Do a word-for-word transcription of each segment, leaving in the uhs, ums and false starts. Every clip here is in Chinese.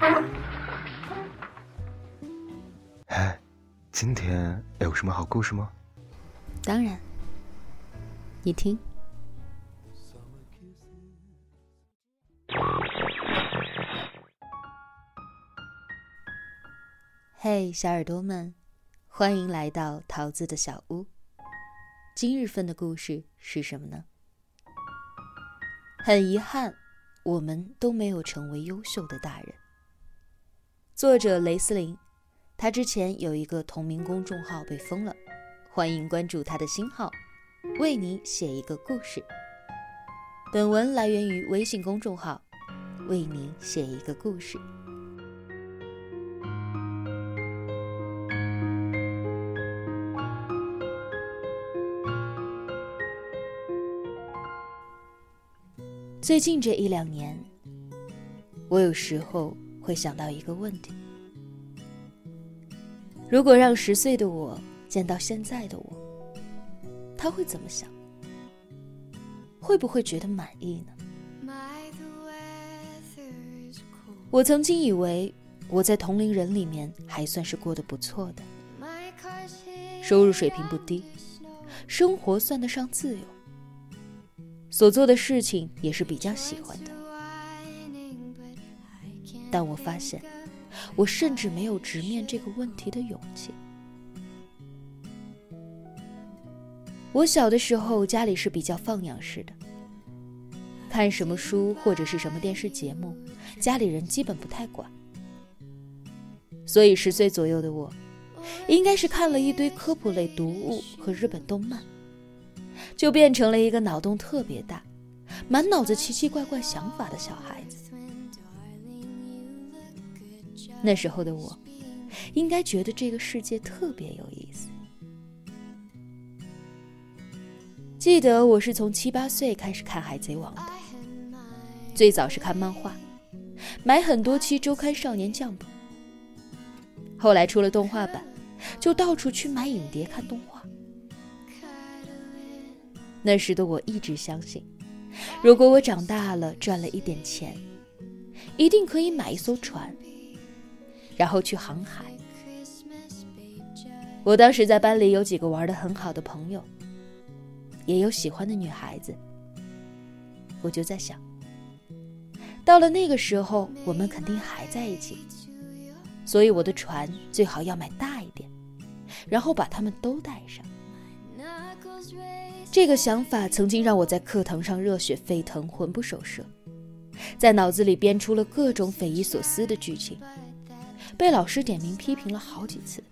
哎，今天有什么好故事吗？ 当然，你听。嘿，小耳朵们，欢迎来到桃子的小屋。今日份的故事是什么呢？很遗憾，我们都没有成为优秀的大人。作者雷斯林，他之前有一个同名公众号被封了，欢迎关注他的新号，为你写一个故事。本文来源于微信公众号，为你写一个故事。最近这一两年，我有时候会想到一个问题：如果让十岁的我见到现在的我，他会怎么想？会不会觉得满意呢？我曾经以为我在同龄人里面还算是过得不错的，收入水平不低，生活算得上自由，所做的事情也是比较喜欢的。但我发现，我甚至没有直面这个问题的勇气。我小的时候家里是比较放养式的，看什么书或者是什么电视节目，家里人基本不太管。所以十岁左右的我，应该是看了一堆科普类读物和日本动漫，就变成了一个脑洞特别大，满脑子奇奇怪怪想法的小孩子。那时候的我，应该觉得这个世界特别有意思。记得我是从七八岁开始看《海贼王》的，最早是看漫画，买很多期周刊少年Jump，后来出了动画版，就到处去买影碟看动画。那时的我一直相信，如果我长大了赚了一点钱，一定可以买一艘船，然后去航海。我当时在班里有几个玩得很好的朋友，也有喜欢的女孩子。我就在想，到了那个时候我们肯定还在一起，所以我的船最好要买大一点，然后把他们都带上。这个想法曾经让我在课堂上热血沸腾，魂不守舍，在脑子里编出了各种匪夷所思的剧情，被老师点名批评了好几次。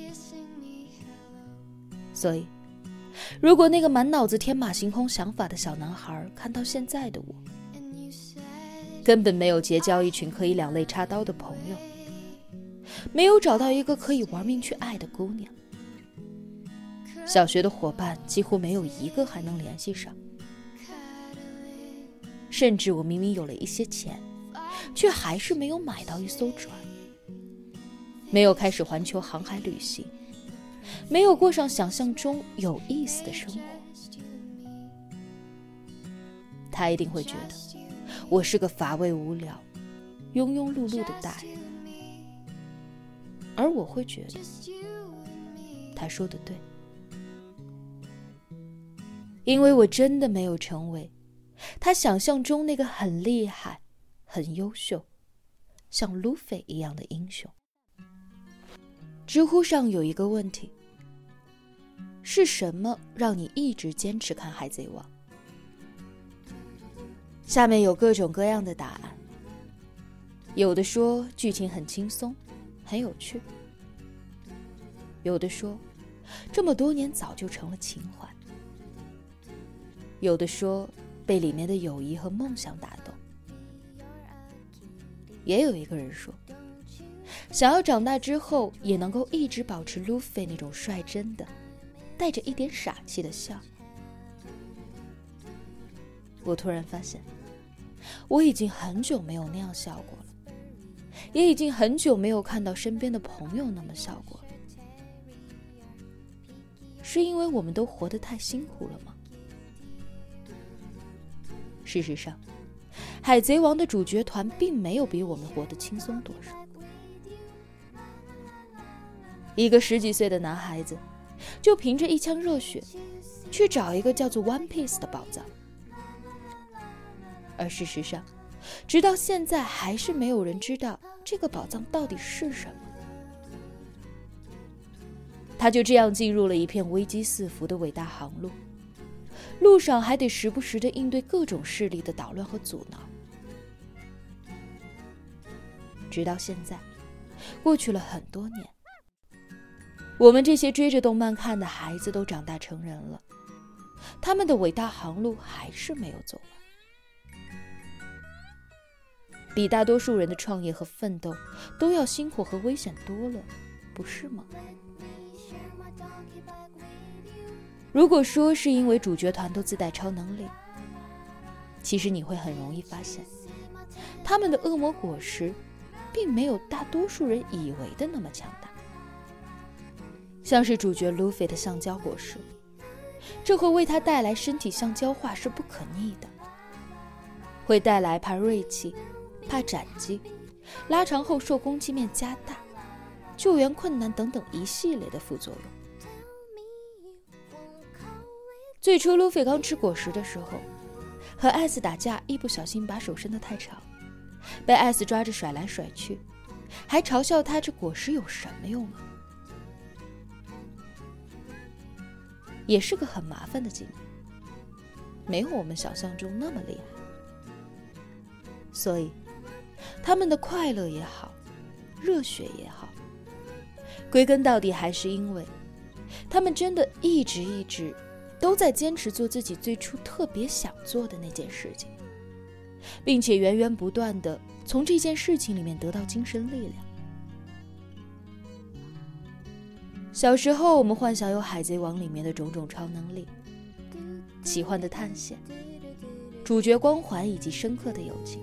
所以如果那个满脑子天马行空想法的小男孩看到现在的我，根本没有结交一群可以两肋插刀的朋友，没有找到一个可以玩命去爱的姑娘，小学的伙伴几乎没有一个还能联系上，甚至我明明有了一些钱，却还是没有买到一艘船，没有开始环球航海旅行，没有过上想象中有意思的生活。他一定会觉得我是个乏味无聊、庸庸碌碌的大人，而我会觉得他说的对，因为我真的没有成为他想象中那个很厉害、很优秀，像路飞一样的英雄。知乎上有一个问题：是什么让你一直坚持看《海贼王》？下面有各种各样的答案，有的说剧情很轻松，很有趣；有的说这么多年早就成了情怀；有的说被里面的友谊和梦想打动；也有一个人说，想要长大之后也能够一直保持路飞那种率真的、带着一点傻气的笑。我突然发现，我已经很久没有那样笑过了，也已经很久没有看到身边的朋友那么笑过了。是因为我们都活得太辛苦了吗？事实上， 海贼王的主角团并没有比我们活得轻松多少。一个十几岁的男孩子就凭着一腔热血去找一个叫做 One Piece 的宝藏，而事实上直到现在还是没有人知道这个宝藏到底是什么。他就这样进入了一片危机四伏的伟大航路，路上还得时不时地应对各种势力的捣乱和阻挠。直到现在，过去了很多年，我们这些追着动漫看的孩子都长大成人了，他们的伟大航路还是没有走完。比大多数人的创业和奋斗都要辛苦和危险多了，不是吗？如果说是因为主角团都自带超能力，其实你会很容易发现，他们的恶魔果实并没有大多数人以为的那么强大。像是主角路飞的橡胶果实，这会为他带来身体橡胶化是不可逆的，会带来怕锐气、怕斩击、拉长后受攻击面加大、救援困难等等一系列的副作用。最初路飞刚吃果实的时候，和艾斯打架，一不小心把手伸得太长，被艾斯抓着甩来甩去，还嘲笑他这果实有什么用啊？也是个很麻烦的经历，没有我们想象中那么厉害。所以他们的快乐也好，热血也好，归根到底还是因为他们真的一直一直都在坚持做自己最初特别想做的那件事情，并且源源不断地从这件事情里面得到精神力量。小时候我们幻想有海贼王里面的种种超能力，奇幻的探险，主角光环以及深刻的友情。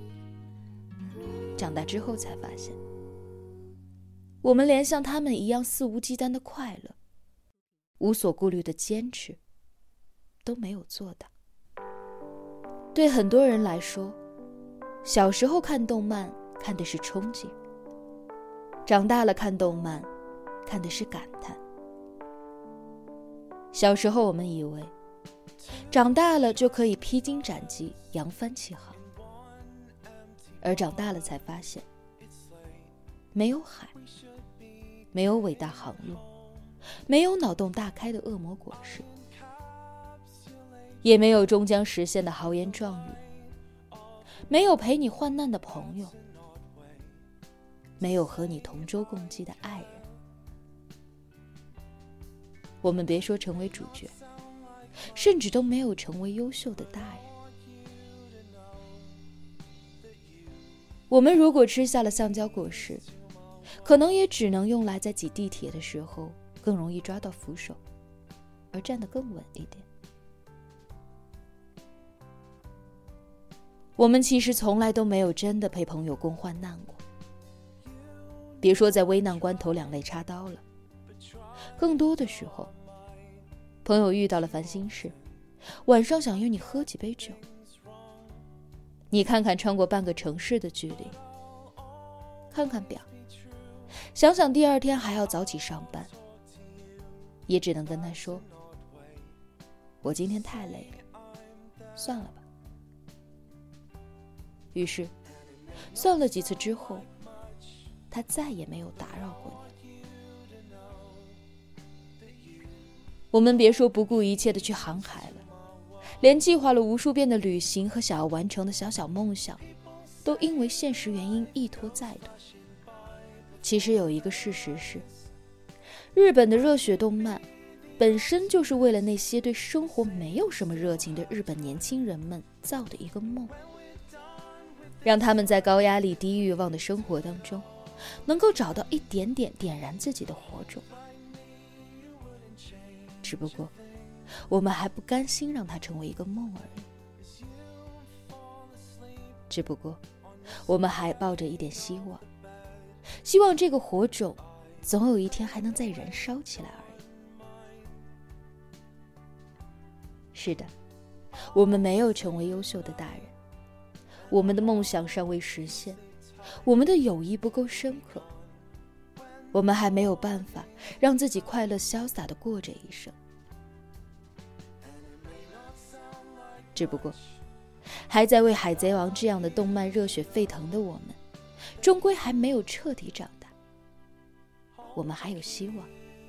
长大之后才发现，我们连像他们一样肆无忌惮的快乐，无所顾虑的坚持都没有做到。对很多人来说，小时候看动漫看的是憧憬，长大了看动漫看的是感叹。小时候我们以为长大了就可以披荆斩棘，扬帆起航，而长大了才发现，没有海，没有伟大航路，没有脑洞大开的恶魔果实，也没有终将实现的豪言壮语，没有陪你患难的朋友，没有和你同舟共济的爱人。我们别说成为主角，甚至都没有成为优秀的大人。我们如果吃下了橡胶果实，可能也只能用来在挤地铁的时候更容易抓到扶手，而站得更稳一点。我们其实从来都没有真的陪朋友共患难过，别说在危难关头两肋插刀了，更多的时候，朋友遇到了烦心事，晚上想约你喝几杯酒，你看看穿过半个城市的距离，看看表，想想第二天还要早起上班，也只能跟他说，我今天太累了，算了吧。于是算了几次之后，他再也没有打扰过你。我们别说不顾一切的去航海了，连计划了无数遍的旅行和想要完成的小小梦想，都因为现实原因一拖再拖。其实有一个事实是，日本的热血动漫本身就是为了那些对生活没有什么热情的日本年轻人们造的一个梦，让他们在高压力低欲望的生活当中能够找到一点点点燃自己的火种。只不过我们还不甘心让它成为一个梦而已，只不过我们还抱着一点希望，希望这个火种总有一天还能再燃烧起来而已。是的，我们没有成为优秀的大人， 我们的梦想尚未实现，我们的友谊不够深刻，我们还没有办法让自己快乐潇洒地过这一生。只不过还在为海贼王这样的动漫热血沸腾的我们，终归还没有彻底长大，我们还有希望。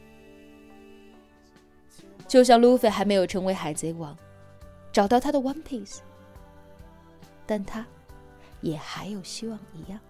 就像路飞还没有成为海贼王，找到他的 One Piece， 但他也还有希望一样。